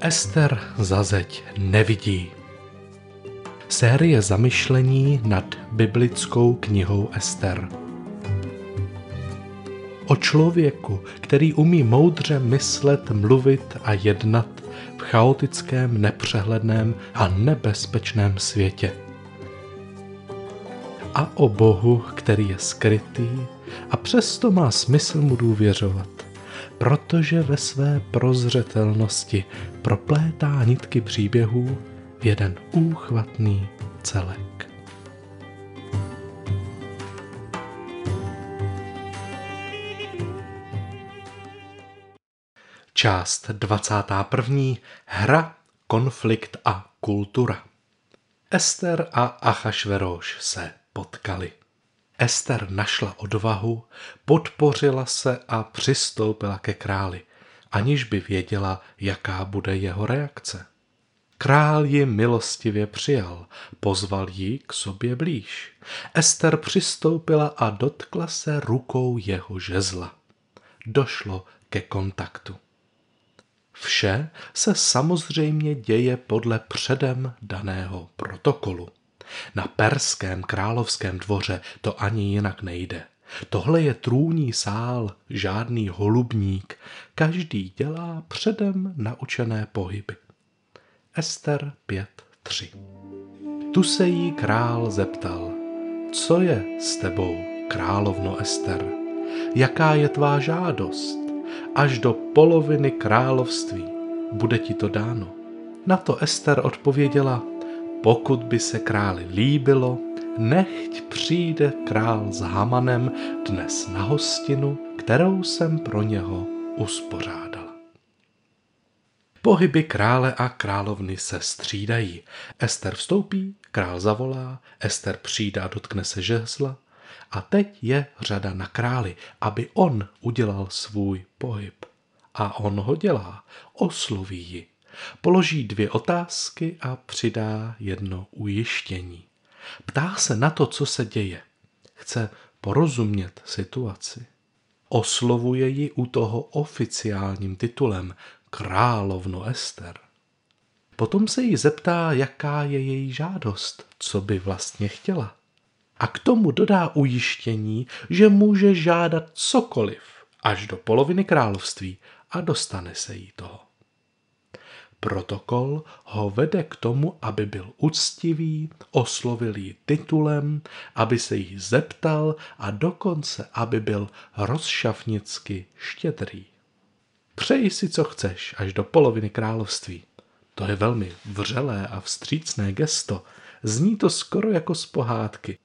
Ester za zeď nevidí. Série zamyšlení nad biblickou knihou Ester. O člověku, který umí moudře myslet, mluvit a jednat v chaotickém, nepřehledném a nebezpečném světě. A o Bohu, který je skrytý a přesto má smysl mu důvěřovat, protože ve své prozřetelnosti proplétá nitky příběhů v jeden úchvatný celek. Část 21. Hra, konflikt a kultura. Ester a Achašveroš se potkali. Ester našla odvahu, podpořila se a přistoupila ke králi, aniž by věděla, jaká bude jeho reakce. Král ji milostivě přijal, pozval ji k sobě blíž. Ester přistoupila a dotkla se rukou jeho žezla. Došlo ke kontaktu. Vše se samozřejmě děje podle předem daného protokolu. Na perském královském dvoře to ani jinak nejde. Tohle je trůní sál, žádný holubník. Každý dělá předem naučené pohyby. Ester 5.3. Tu se jí král zeptal: Co je s tebou, královno Ester? Jaká je tvá žádost? Až do poloviny království bude ti to dáno. Na to Ester odpověděla: Pokud by se králi líbilo, nechť přijde král s Hamanem dnes na hostinu, kterou jsem pro něho uspořádala. Pohyby krále a královny se střídají. Ester vstoupí, král zavolá, Ester přijde a dotkne se žezla. A teď je řada na králi, aby on udělal svůj pohyb. A on ho dělá, osloví ji. Položí 2 otázky a přidá 1 ujištění. Ptá se na to, co se děje. Chce porozumět situaci. Oslovuje ji u toho oficiálním titulem královno Ester. Potom se jí zeptá, jaká je její žádost, co by vlastně chtěla. A k tomu dodá ujištění, že může žádat cokoliv až do poloviny království a dostane se jí toho. Protokol ho vede k tomu, aby byl uctivý, oslovil ji titulem, aby se jí zeptal a dokonce, aby byl rozšafnicky štědrý. Přej si, co chceš, až do poloviny království. To je velmi vřelé a vstřícné gesto. Zní to skoro jako z pohádky.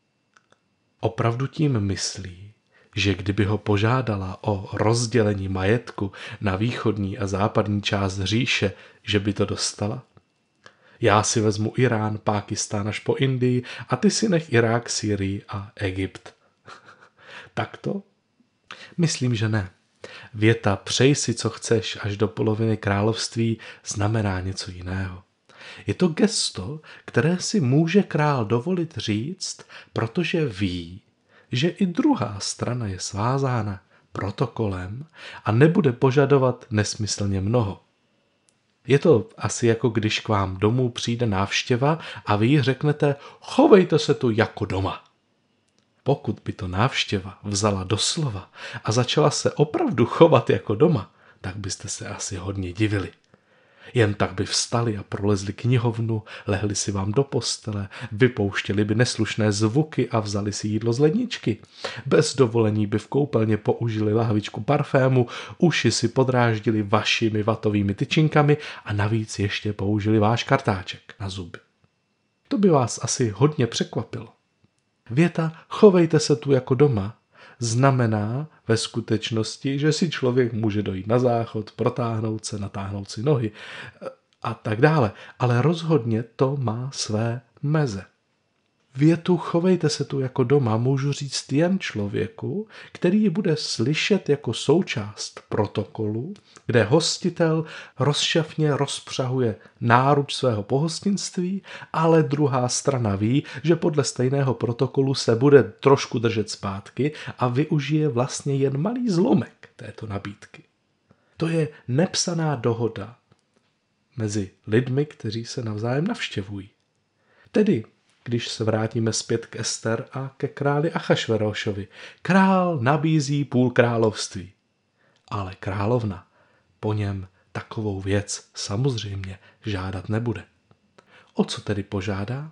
Opravdu tím myslí, že kdyby ho požádala o rozdělení majetku na východní a západní část říše, že by to dostala? Já si vezmu Irán, Pákistán až po Indii a ty si nech Irák, Sýrii a Egypt. Takto? Myslím, že ne. Věta přej si, co chceš, až do poloviny království znamená něco jiného. Je to gesto, které si může král dovolit říct, protože ví, že i druhá strana je svázána protokolem a nebude požadovat nesmyslně mnoho. Je to asi jako když k vám domů přijde návštěva a vy jí řeknete: chovejte se tu jako doma. Pokud by to návštěva vzala doslova a začala se opravdu chovat jako doma, tak byste se asi hodně divili. Jen tak by vstali a prolezli knihovnu, lehli si vám do postele, vypouštěli by neslušné zvuky a vzali si jídlo z ledničky. Bez dovolení by v koupelně použili lahvičku parfému, uši si podráždili vašimi vatovými tyčinkami a navíc ještě použili váš kartáček na zuby. To by vás asi hodně překvapilo. Věta chovejte se tu jako doma znamená ve skutečnosti, že si člověk může dojít na záchod, protáhnout se, natáhnout si nohy a tak dále. Ale rozhodně to má své meze. Větu chovejte se tu jako doma můžu říct jen člověku, který ji bude slyšet jako součást protokolu, kde hostitel rozšafně rozpřahuje náruč svého pohostinství, ale druhá strana ví, že podle stejného protokolu se bude trošku držet zpátky a využije vlastně jen malý zlomek této nabídky. To je nepsaná dohoda mezi lidmi, kteří se navzájem navštěvují. Tedy, když se vrátíme zpět k Ester a ke králi Achašverošovi, král nabízí půl království, ale královna po něm takovou věc samozřejmě žádat nebude. O co tedy požádá?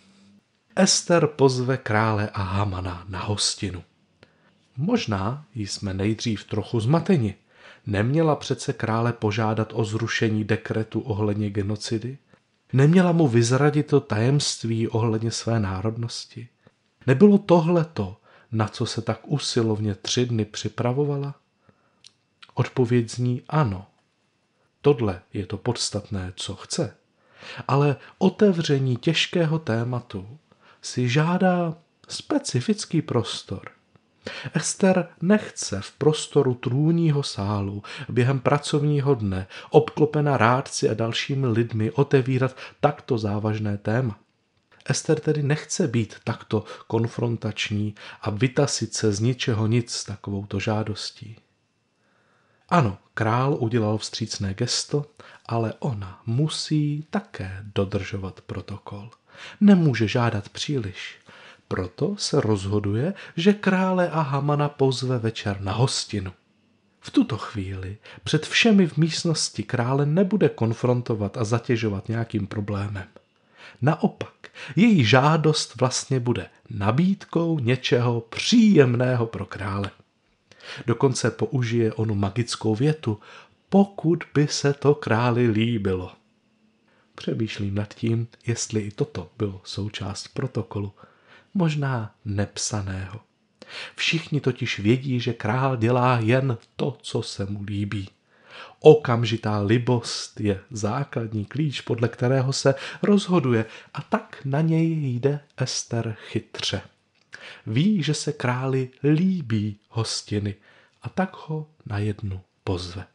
Ester pozve krále a Hamana na hostinu. Možná jsme nejdřív trochu zmateni. Neměla přece krále požádat o zrušení dekretu ohledně genocidy? Neměla mu vyzradit to tajemství ohledně své národnosti? Nebylo tohleto, na co se tak usilovně 3 dny připravovala? Odpověď zní ano. Tohle je to podstatné, co chce. Ale otevření těžkého tématu si žádá specifický prostor. Ester nechce v prostoru trůního sálu během pracovního dne obklopena rádci a dalšími lidmi otevírat takto závažné téma. Ester tedy nechce být takto konfrontační a vytasit se z ničeho nic s takovouto žádostí. Ano, král udělal vstřícné gesto, ale ona musí také dodržovat protokol. Nemůže žádat příliš. Proto se rozhoduje, že krále a Hamana pozve večer na hostinu. V tuto chvíli před všemi v místnosti krále nebude konfrontovat a zatěžovat nějakým problémem. Naopak, její žádost vlastně bude nabídkou něčeho příjemného pro krále. Dokonce použije onu magickou větu, pokud by se to králi líbilo. Přemýšlím nad tím, jestli i toto bylo součást protokolu. Možná nepsaného. Všichni totiž vědí, že král dělá jen to, co se mu líbí. Okamžitá libost je základní klíč, podle kterého se rozhoduje, a tak na něj jde Ester chytře. Ví, že se králi líbí hostiny, a tak ho na jednu pozve.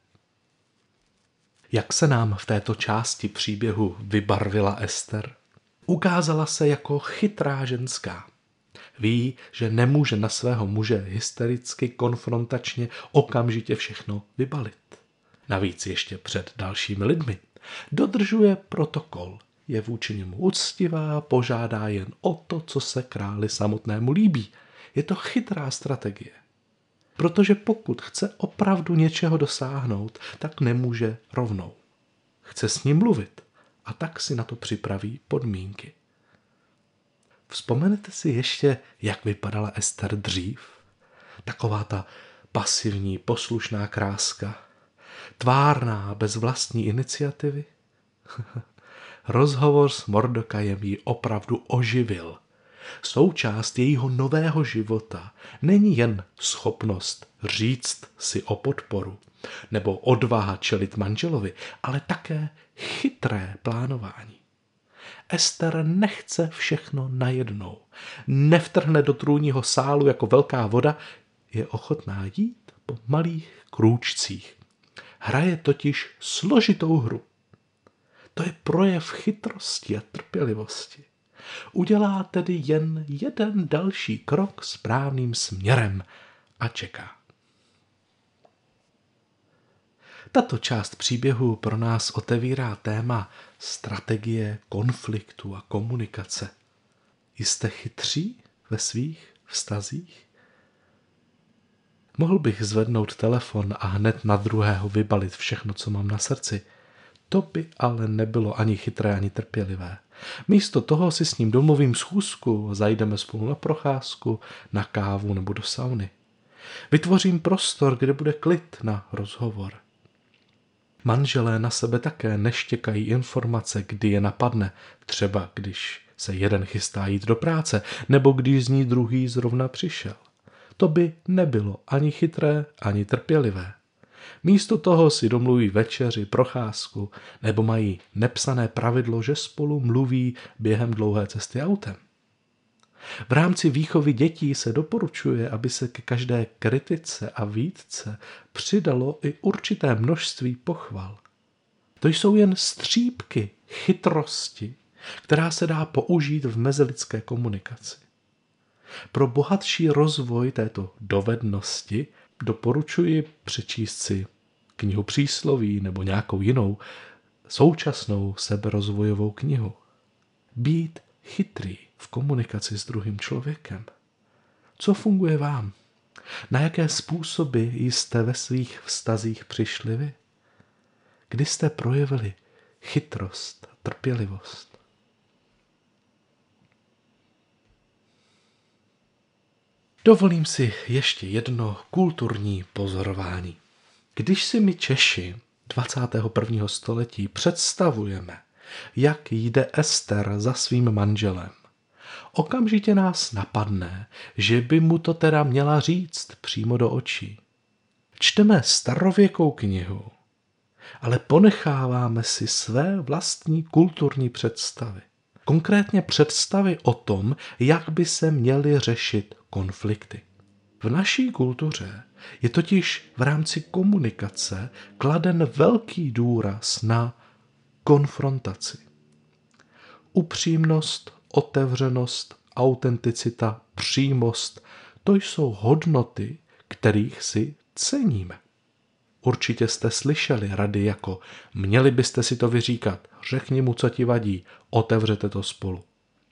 Jak se nám v této části příběhu vybarvila Ester? Ukázala se jako chytrá ženská. Ví, že nemůže na svého muže hystericky, konfrontačně, okamžitě všechno vybalit. Navíc ještě před dalšími lidmi. Dodržuje protokol, je vůči němu uctivá, požádá jen o to, co se králi samotnému líbí. Je to chytrá strategie. Protože pokud chce opravdu něčeho dosáhnout, tak nemůže rovnou. Chce s ním mluvit a tak si na to připraví podmínky. Vzpomenete si ještě, jak vypadala Ester dřív? Taková ta pasivní, poslušná kráska. Tvárná, bez vlastní iniciativy? Rozhovor s Mordokajem ji opravdu oživil. Součást jejího nového života není jen schopnost říct si o podporu nebo odvaha čelit manželovi, ale také chytré plánování. Ester nechce všechno najednou. Nevtrhne do trůního sálu jako velká voda, je ochotná jít po malých krůčcích. Hraje totiž složitou hru. To je projev chytrosti a trpělivosti. Udělá tedy jen jeden další krok správným směrem a čeká. Tato část příběhu pro nás otevírá téma strategie, konfliktu a komunikace. Jste chytří ve svých vztazích? Mohl bych zvednout telefon a hned na druhého vybalit všechno, co mám na srdci. To by ale nebylo ani chytré, ani trpělivé. Místo toho si s ním domluvím schůzku, zajdeme spolu na procházku, na kávu nebo do sauny. Vytvořím prostor, kde bude klid na rozhovor. Manželé na sebe také neštěkají informace, kdy je napadne, třeba když se jeden chystá jít do práce, nebo když z ní druhý zrovna přišel. To by nebylo ani chytré, ani trpělivé. Místo toho si domluví večeři, procházku, nebo mají nepsané pravidlo, že spolu mluví během dlouhé cesty autem. V rámci výchovy dětí se doporučuje, aby se ke každé kritice a výtce přidalo i určité množství pochval. To jsou jen střípky chytrosti, která se dá použít v mezilidské komunikaci. Pro bohatší rozvoj této dovednosti doporučuji přečíst si knihu Přísloví nebo nějakou jinou současnou seberozvojovou knihu. Být chytrý v komunikaci s druhým člověkem. Co funguje vám? Na jaké způsoby jste ve svých vztazích přišli vy? Kdy jste projevili chytrost a trpělivost? Dovolím si ještě jedno kulturní pozorování. Když si my Češi 21. století představujeme, jak jde Ester za svým manželem, okamžitě nás napadne, že by mu to teda měla říct přímo do očí. Čteme starověkou knihu, ale ponecháváme si své vlastní kulturní představy. Konkrétně představy o tom, jak by se měly řešit konflikty. V naší kultuře je totiž v rámci komunikace kladen velký důraz na konfrontaci. Upřímnost, otevřenost, autenticita, přímost, to jsou hodnoty, kterých si ceníme. Určitě jste slyšeli rady jako měli byste si to vyříkat, řekni mu, co ti vadí, otevřete to spolu.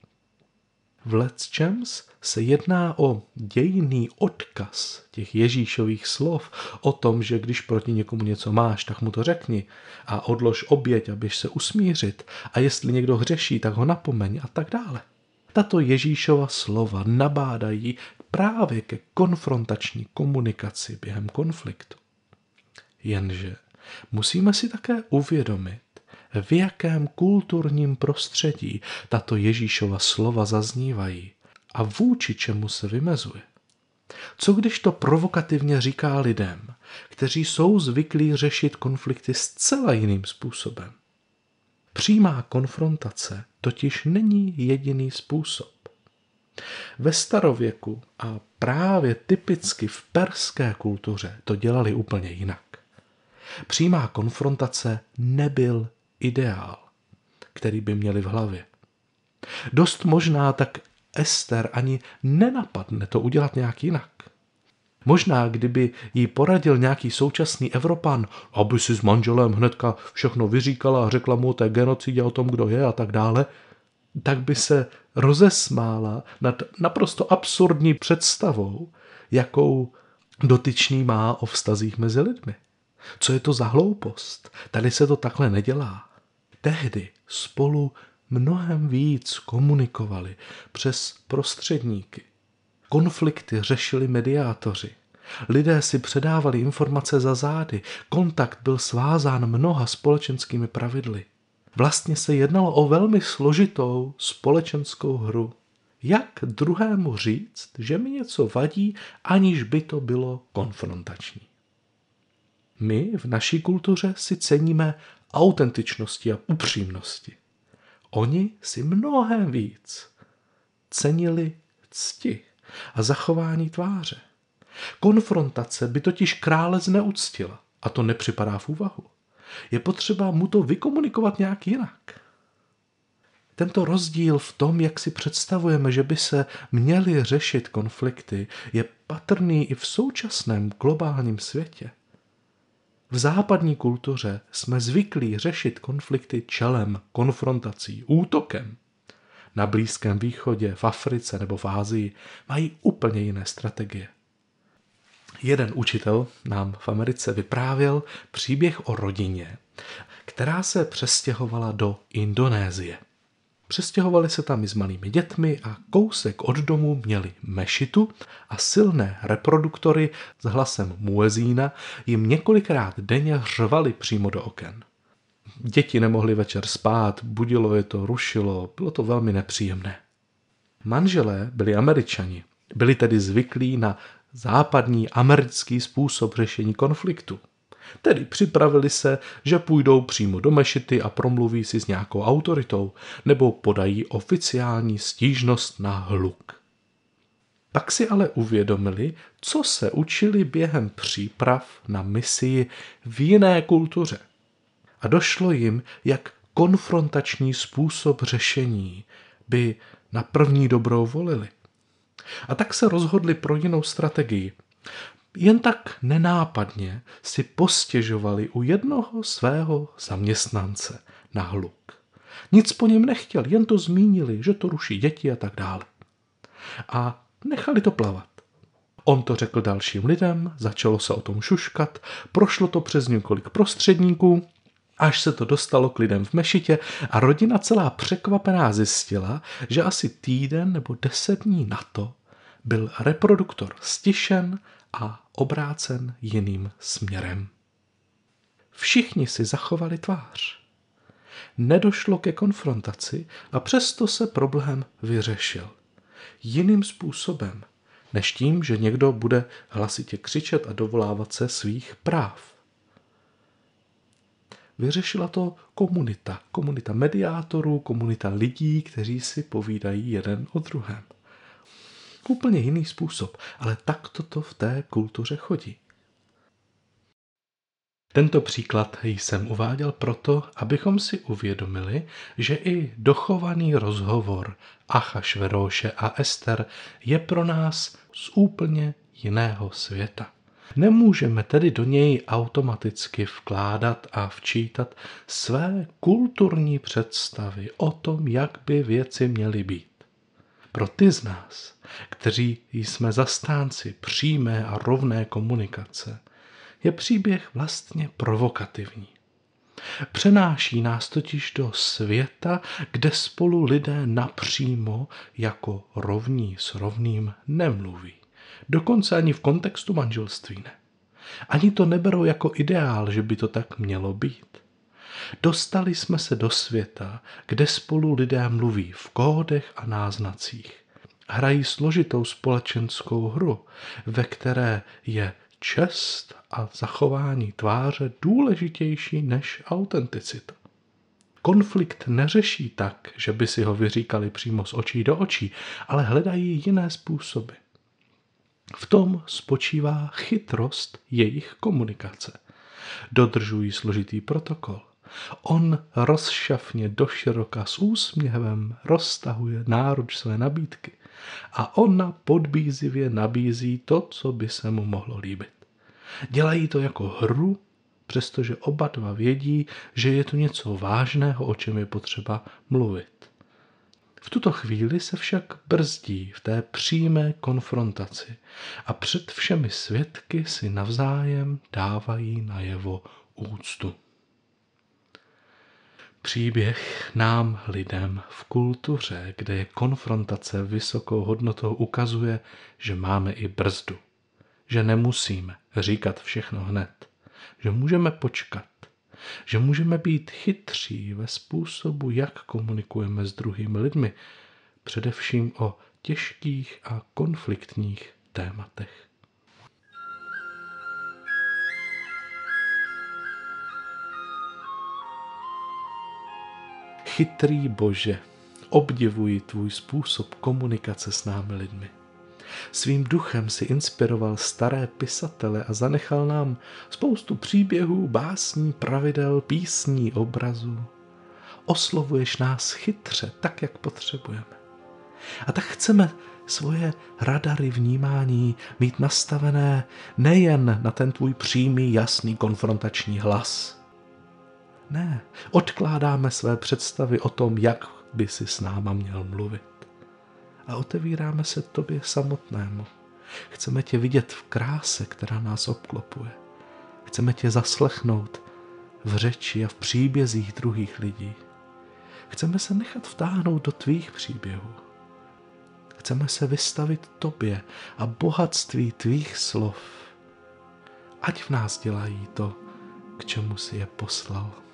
V lecčems se jedná o dějinný odkaz těch Ježíšových slov o tom, že když proti někomu něco máš, tak mu to řekni a odlož oběť, abyš se usmířit a jestli někdo hřeší, tak ho napomeň a tak dále. Tato Ježíšova slova nabádají právě ke konfrontační komunikaci během konfliktu. Jenže musíme si také uvědomit, v jakém kulturním prostředí tato Ježíšova slova zaznívají a vůči čemu se vymezuje. Co když to provokativně říká lidem, kteří jsou zvyklí řešit konflikty zcela jiným způsobem? Přímá konfrontace totiž není jediný způsob. Ve starověku a právě typicky v perské kultuře to dělali úplně jinak. Přímá konfrontace nebyl ideál, který by měli v hlavě. Dost možná tak Ester ani nenapadne to udělat nějak jinak. Možná, kdyby jí poradil nějaký současný Evropan, aby si s manželem hnedka všechno vyříkala a řekla mu o té genocidě, o tom, kdo je a tak dále, tak by se rozesmála nad naprosto absurdní představou, jakou dotyčný má o vztazích mezi lidmi. Co je to za hloupost? Tady se to takhle nedělá. Tehdy spolu mnohem víc komunikovali přes prostředníky. Konflikty řešili mediátoři. Lidé si předávali informace za zády. Kontakt byl svázán mnoha společenskými pravidly. Vlastně se jednalo o velmi složitou společenskou hru. Jak druhému říct, že mi něco vadí, aniž by to bylo konfrontační? My v naší kultuře si ceníme autentičnosti a upřímnosti. Oni si mnohem víc cenili cti a zachování tváře. Konfrontace by totiž krále zneuctila a to nepřipadá v úvahu. Je potřeba mu to vykomunikovat nějak jinak. Tento rozdíl v tom, jak si představujeme, že by se měly řešit konflikty, je patrný i v současném globálním světě. V západní kultuře jsme zvyklí řešit konflikty čelem, konfrontací, útokem. Na Blízkém východě, v Africe nebo v Asii mají úplně jiné strategie. Jeden učitel nám v Americe vyprávěl příběh o rodině, která se přestěhovala do Indonésie. Přestěhovali se tam i s malými dětmi a kousek od domu měli mešitu a silné reproduktory s hlasem muezína jim několikrát denně řvali přímo do oken. Děti nemohly večer spát, budilo je to, rušilo, bylo to velmi nepříjemné. Manželé byli Američani, byli tedy zvyklí na západní americký způsob řešení konfliktu. Tedy připravili se, že půjdou přímo do mešity a promluví si s nějakou autoritou nebo podají oficiální stížnost na hluk. Pak si ale uvědomili, co se učili během příprav na misii v jiné kultuře. A došlo jim, jak konfrontační způsob řešení by na první dobrou volili. A tak se rozhodli pro jinou strategii. jen tak nenápadně si postěžovali u jednoho svého zaměstnance na hluk. Nic po něm nechtěl, jen to zmínili, že to ruší děti a tak dále. A nechali to plavat. On to řekl dalším lidem, začalo se o tom šuškat, prošlo to přes několik prostředníků, až se to dostalo k lidem v mešitě a rodina celá překvapená zjistila, že asi týden nebo 10 dní na to byl reproduktor stišen a obrácen jiným směrem. Všichni si zachovali tvář. Nedošlo ke konfrontaci a přesto se problém vyřešil. Jiným způsobem, než tím, že někdo bude hlasitě křičet a dovolávat se svých práv. Vyřešila to komunita mediátorů, komunita lidí, kteří si povídají jeden o druhém. Úplně jiný způsob, ale takto to v té kultuře chodí. Tento příklad jsem uváděl proto, abychom si uvědomili, že i dochovaný rozhovor Achašveroše a Ester je pro nás z úplně jiného světa. Nemůžeme tedy do něj automaticky vkládat a včítat své kulturní představy o tom, jak by věci měly být. Pro ty z nás, kteří jsme zastánci přímé a rovné komunikace, je příběh vlastně provokativní. Přenáší nás totiž do světa, kde spolu lidé napřímo jako rovní s rovným nemluví. Dokonce ani v kontextu manželství ne. Ani to neberou jako ideál, že by to tak mělo být. Dostali jsme se do světa, kde spolu lidé mluví v kódech a náznacích. Hrají složitou společenskou hru, ve které je čest a zachování tváře důležitější než autenticita. Konflikt neřeší tak, že by si ho vyříkali přímo z očí do očí, ale hledají jiné způsoby. V tom spočívá chytrost jejich komunikace. Dodržují složitý protokol. On rozšafně doširoka s úsměvem roztahuje náruč své nabídky a ona podbízivě nabízí to, co by se mu mohlo líbit. Dělají to jako hru, přestože oba dva vědí, že je to něco vážného, o čem je potřeba mluvit. V tuto chvíli se však brzdí v té přímé konfrontaci a před všemi svědky si navzájem dávají najevo úctu. Příběh nám lidem v kultuře, kde je konfrontace vysokou hodnotou, ukazuje, že máme i brzdu. Že nemusíme říkat všechno hned. Že můžeme počkat. Že můžeme být chytří ve způsobu, jak komunikujeme s druhými lidmi, především o těžkých a konfliktních tématech. Chytrý Bože, obdivuji tvůj způsob komunikace s námi lidmi. Svým duchem si inspiroval staré pisatele a zanechal nám spoustu příběhů, básní, pravidel, písní, obrazů. Oslovuješ nás chytře, tak, jak potřebujeme. A tak chceme svoje radary vnímání mít nastavené nejen na ten tvůj přímý, jasný, konfrontační hlas. Ne, odkládáme své představy o tom, jak by si s náma měl mluvit. A otevíráme se tobě samotnému. Chceme tě vidět v kráse, která nás obklopuje. Chceme tě zaslechnout v řeči a v příbězích druhých lidí. Chceme se nechat vtáhnout do tvých příběhů. Chceme se vystavit tobě a bohatství tvých slov. Ať v nás dělají to, k čemu si je poslal.